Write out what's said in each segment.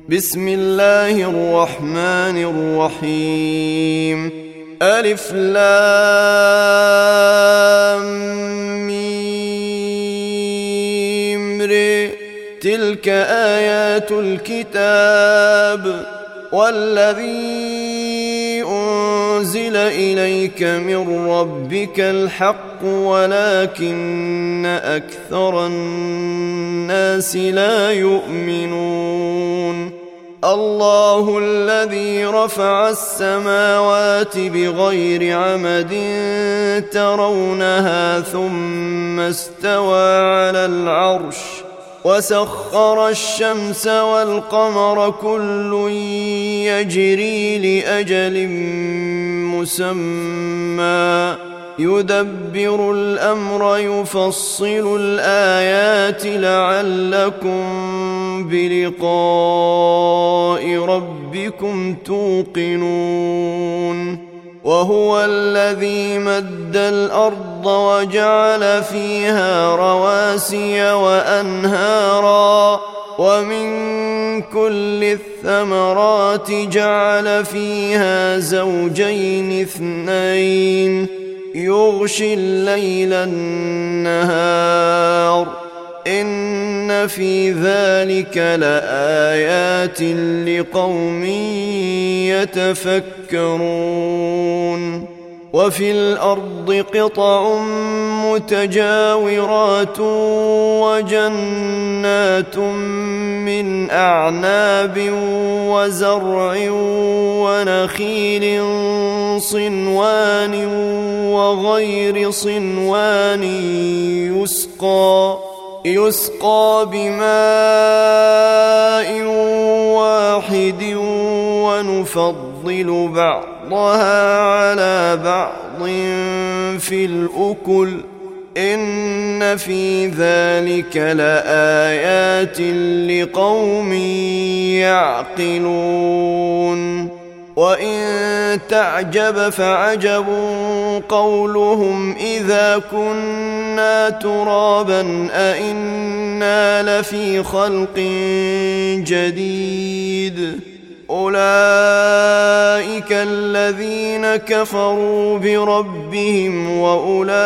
بسم الله الرحمن الرحيم. ألف لام ميم ر. تلك آيات الكتاب والذي أنزل إليك من ربك الحق ولكن أكثر الناس لا يؤمنون. الله الذي رفع السماوات بغير عمد ترونها ثم استوى على العرش وسخر الشمس والقمر كل يجري لأجل مسمى يدبر الأمر يفصل الآيات لعلكم بلقاء ربكم توقنون. وهو الذي مد الأرض وجعل فيها رواسي وأنهارا ومن كل الثمرات جعل فيها زوجين اثنين يغشي الليل النهار إن في ذلك لآيات لقوم يتفكرون. وفي الأرض قطع متجاورات وجنات من أعناب وزرع ونخيل صنوان وغير صنوان يسقى بماء واحد ونفضل بعضها على بعض في الأكل إن في ذلك لآيات لقوم يعقلون. وإن تعجب فعجب قولهم إذا كنا ترابا أئنا لفي خلق جديد أولئك الذين كفروا بربهم وأولئك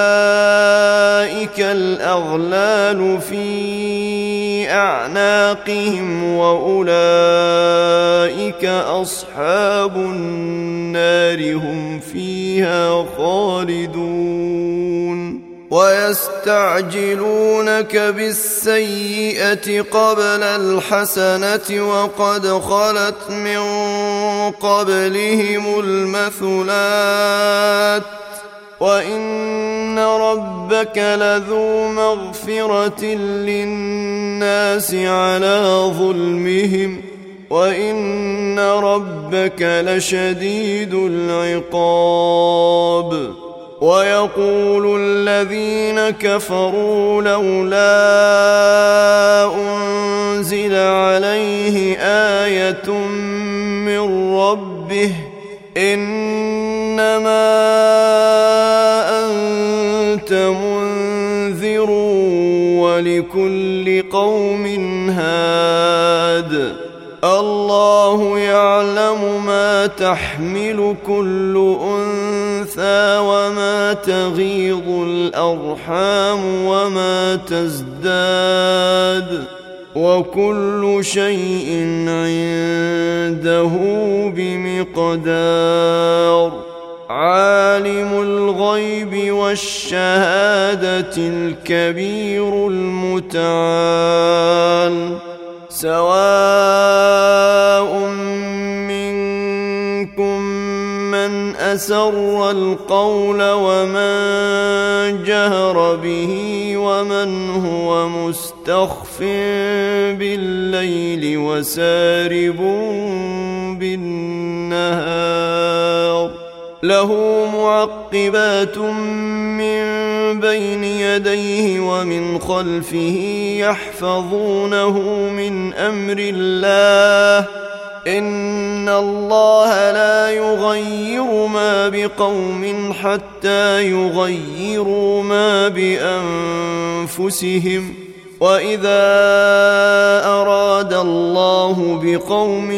الأغلال في أعناقهم وأولئك أصحاب النار هم فيها خالدون. ويستعجلونك بالسيئة قبل الحسنة وقد خلت من قبلهم المثلات وإن ربك لذو مغفرة للناس على ظلمهم وإن ربك لشديد العقاب. ويقول الذين كفروا لولا أنزل عليه آية من ربه إنما أنت منذر ولكل قوم هاد. الله يعلم ما تحمل كل أنثى وما تغيض الأرحام وما تزداد وكل شيء عنده بمقدار. عالم الغيب والشهادة الكبير المتعال. سواء منكم من أسر القول ومن جهر به ومن هو مستخف بالليل وسارب بالنهار له معقبات من بين يديه ومن خلفه يحفظونه من أمر الله إن الله لا يغير ما بقوم حتى يغيروا ما بأنفسهم وإذا أراد الله بقوم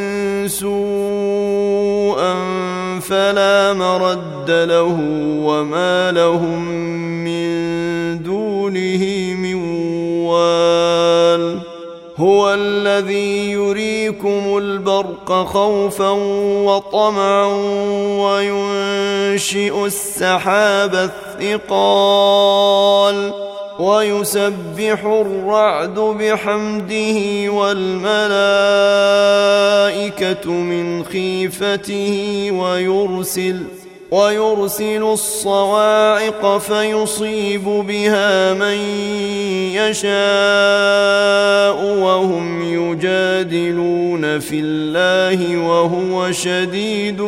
سوءا فلا مرد له وما لهم من دونه من وال هو الذي يريكم البرق خوفا وطمعا وينشئ السحاب الثقال ويسبح الرعد بحمده والملائكة من خيفته ويرسل الصواعق فيصيب بها من يشاء وهم يجادلون في الله وهو شديد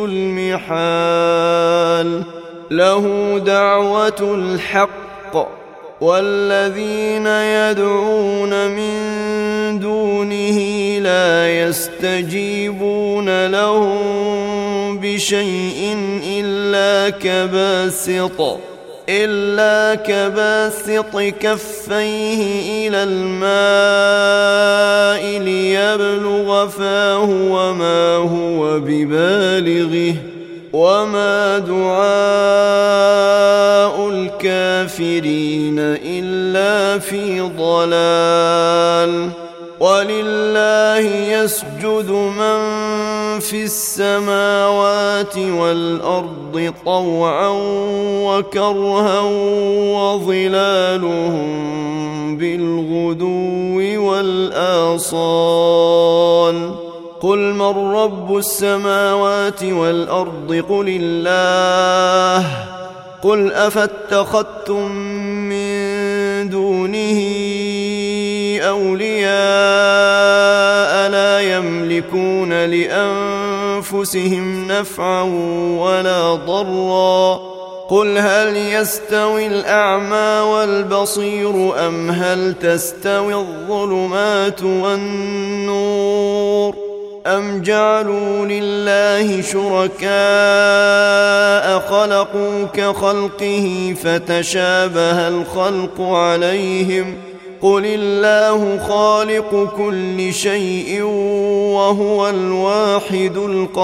المحال له دعوة الحق والذين يدعون من دونه لا يستجيبون لهم بشيء إلا كباسط كفيه إلى الماء ليبلغ فاه وما هو ببالغه وما دعاء الكافرين إلا في ضلال ولله يسجد من في السماوات والأرض طوعا وكرها وظلالهم بالغدو والآصال قل من رب السماوات والأرض قل الله قل أفاتخذتم من دونه أولياء لا يملكون لأنفسهم نفعا ولا ضرا قل هل يستوي الأعمى والبصير أم هل تستوي الظلمات والنور أم جعلوا لله شركاء خلقوا كخلقه فتشابه الخلق عليهم قل الله خالق كل شيء وهو الواحد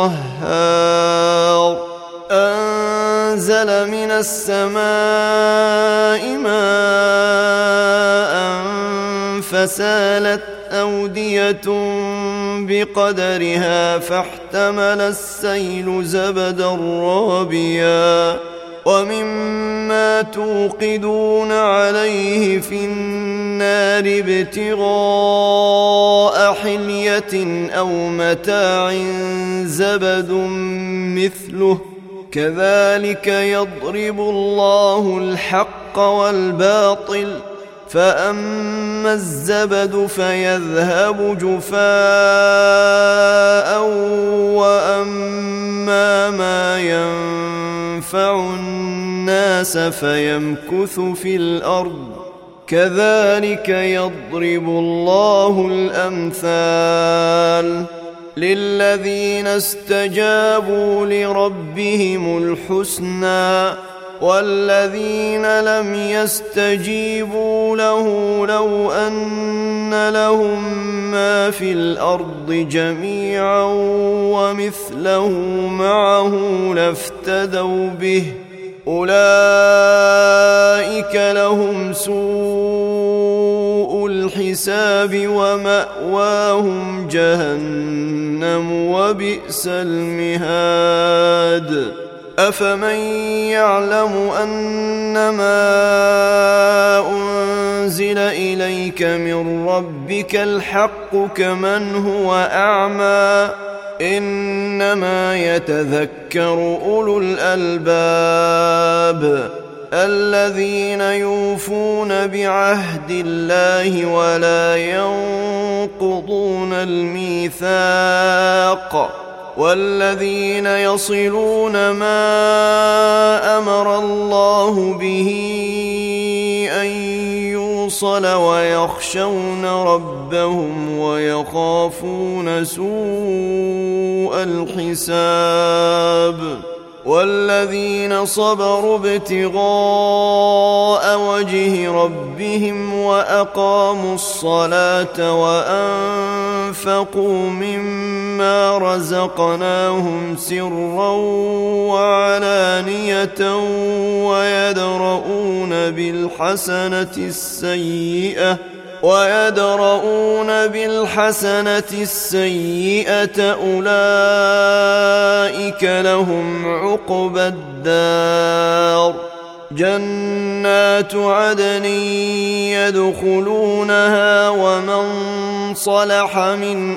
القهار أنزل من السماء ماء فسالت أودية بقدرها فاحتمل السيل زبدا رابيا ومما توقدون عليه في النار ابتغاء حلية أو متاع زبد مثله كذلك يضرب الله الحق والباطل فأما الزبد فيذهب جفاء وأما ما ينفع الناس فيمكث في الأرض كذلك يضرب الله الأمثال للذين استجابوا لربهم الحسنى والذين لم يستجيبوا له لو أن لهم ما في الأرض جميعا ومثله معه لافتدوا به أولئك لهم سوء الحساب ومأواهم جهنم وبئس المهاد أفمن يعلم أنما أنزل إليك من ربك الحق كمن هو أعمى إنما يتذكر أولو الألباب الذين يوفون بعهد الله ولا ينقضون الميثاق والذين يصلون ما أمر الله به أن يوصل ويخشون ربهم ويخافون سوء الحساب والذين صبروا ابتغاء وجه ربهم وأقاموا الصلاة وأنفقوا مما رزقناهم سرا وعلانية ويدرؤون بالحسنة السيئة أولئك لهم عقبى الدار جنات عدن يدخلونها ومن صلح من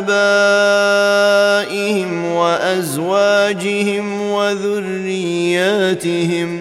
آبائهم وأزواجهم وذرياتهم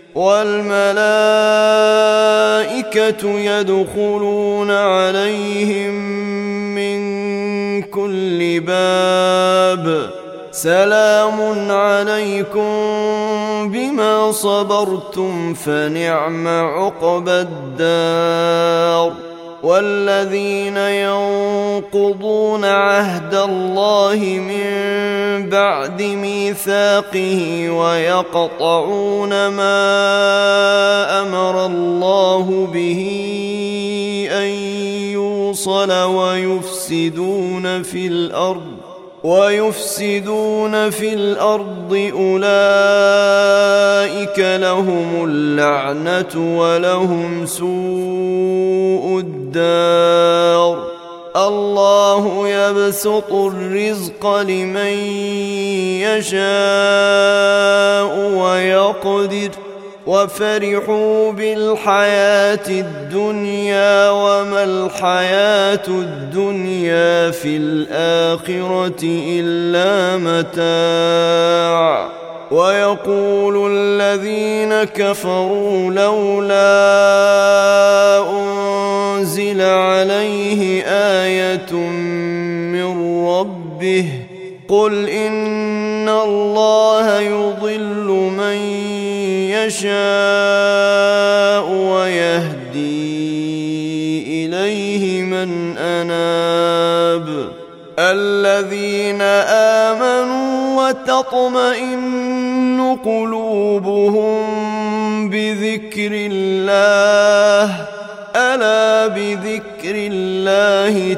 والملائكة يدخلون عليهم من كل باب سلام عليكم بما صبرتم فنعم عقبى الدار والذين ينقضون عهد الله من بعد ميثاقه ويقطعون ما أمر الله به أن يوصل ويفسدون في الأرض أولئك لهم اللعنة ولهم سوء الدار الله يبسط الرزق لمن يشاء ويقدر وفرحوا بالحياة الدنيا وما الحياة الدنيا في الآخرة إلا متاع ويقول الذين كفروا لولا أنزل عليه آية من ربه قل إن الله يضل من يشاء ويهدي إليه من أناب الذين آمنوا وتطمئن قلوبهم بذكر الله ألا بذكر الله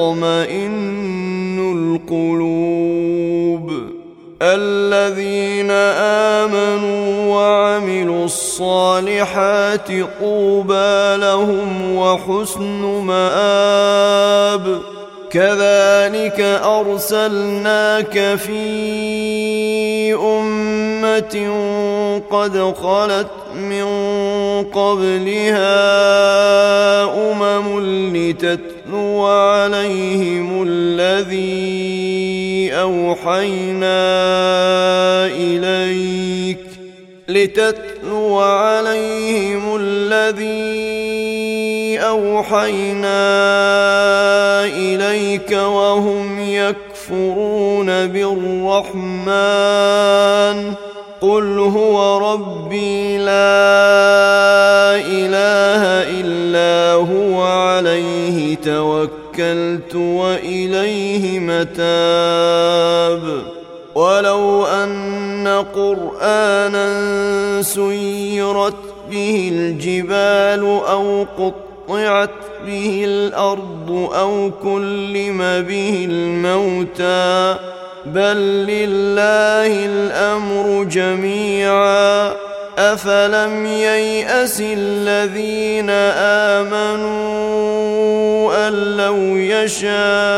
تطمئن القلوب الذين آمنوا وعملوا الصالحات طوبى لهم وحسن مآب كذلك أرسلناك في أمة قد خلت من قبلها لتتلو عليهم الذي أوحينا إليك وهم يكفرون بالرحمن قل هو ربي لا إله إلا هو عليه توكلت وإليه متاب ولو أن قرآنا سيرت به الجبال أو قطعت به الأرض أو كلم به الموتى بل لله الأمر جميعا أفلم ييأس الذين آمنوا أن لو يشاء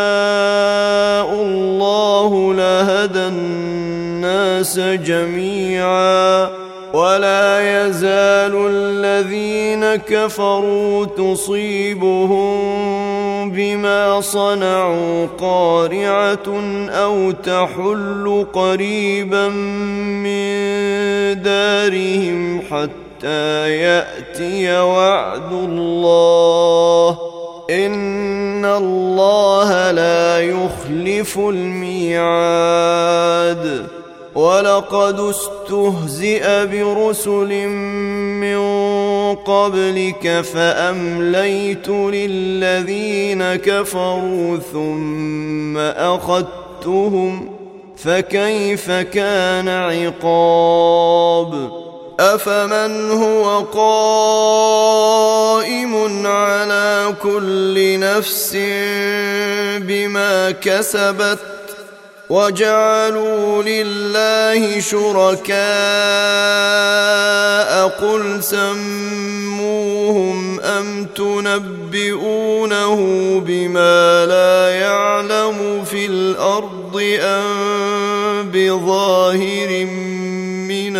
الله لهدى الناس جميعا ولا يزال الذين كفروا تصيبهم بما صنعوا قارعة أو تحل قريبا من دارهم حتى يأتي وعد الله إن الله لا يخلف الميعاد ولقد استهزئ برسل من قبلك فأمليت للذين كفروا فكيف كان عقاب أفمن هو قائم على كل نفس بما كسبت وجعلوا لله شركاء قل سموهم أم تنبئونه بما لا يعلم في الأرض أم بظاهر من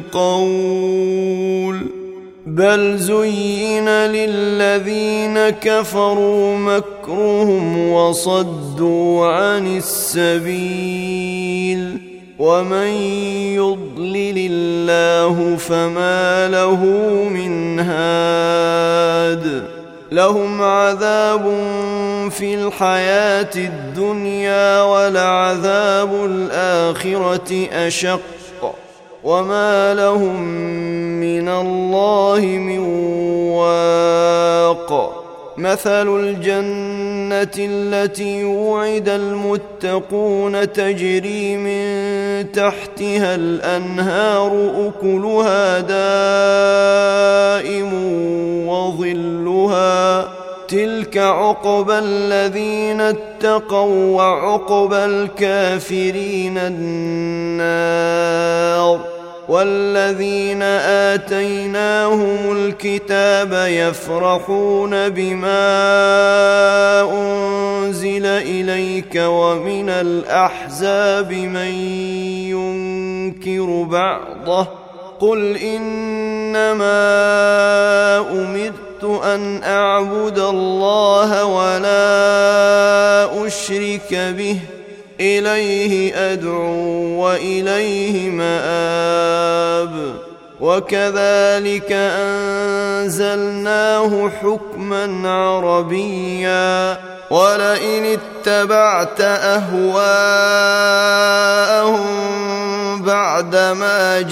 القول بل زين للذين كفروا مكرهم وصدوا عن السبيل ومن يضلل الله فما له من هاد لهم عذاب في الحياة الدنيا ولعذاب الآخرة أشق وما لهم من الله من واق مثل الجنة التي وعد المتقون تجري من تحتها الأنهار أكلها دائم وظلها تلك عقبى الذين اتقوا وعقبى الكافرين النار والذين آتيناهم الكتاب يفرحون بما أنزل إليك ومن الأحزاب من ينكر بعضه قل إنما أمرت أن أعبد الله ولا أشرك به إليه أدعو وإليه مآب وكذلك أنزلناه حكما عربيا ولئن اتبعت أهواءهم بعدما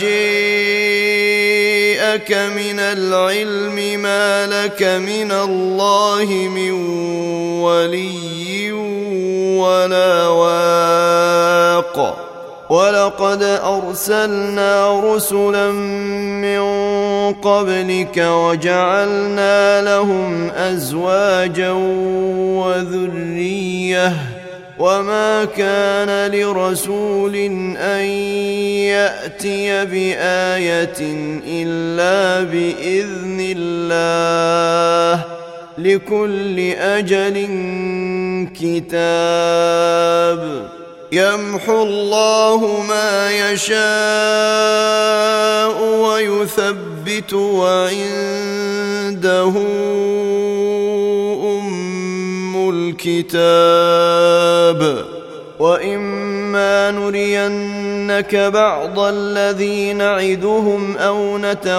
جاءك من العلم ما لك من الله من ولي ولا واق ولقد أرسلنا رسلا من قبلك وجعلنا لهم أزواجا وذرية وما كان لرسول أن يأتي بآية إلا بإذن الله لكل أجل كتاب يمحو الله ما يشاء ويثبت وعنده أم الكتاب وإما نرينك بعض الذي نعدهم أو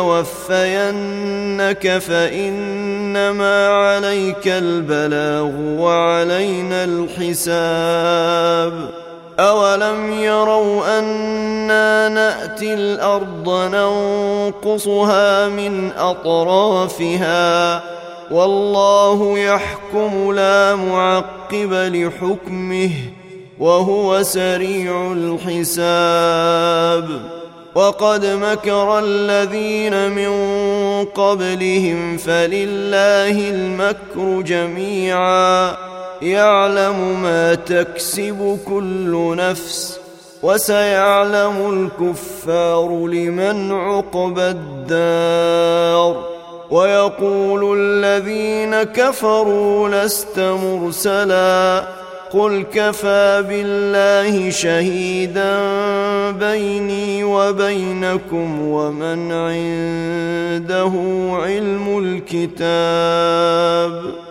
نتوفينك فإنما عليك البلاغ وعلينا الحساب أولم يروا أنا نأتي الأرض ننقصها من أطرافها والله يحكم لا معقب لحكمه وهو سريع الحساب وقد مكر الذين من قبلهم فلله المكر جميعا يعلم ما تكسب كل نفس وسيعلم الكفار لمن عقبى الدار ويقول الذين كفروا لست مرسلا قل كفى بالله شهيدا بيني وبينكم ومن عنده علم الكتاب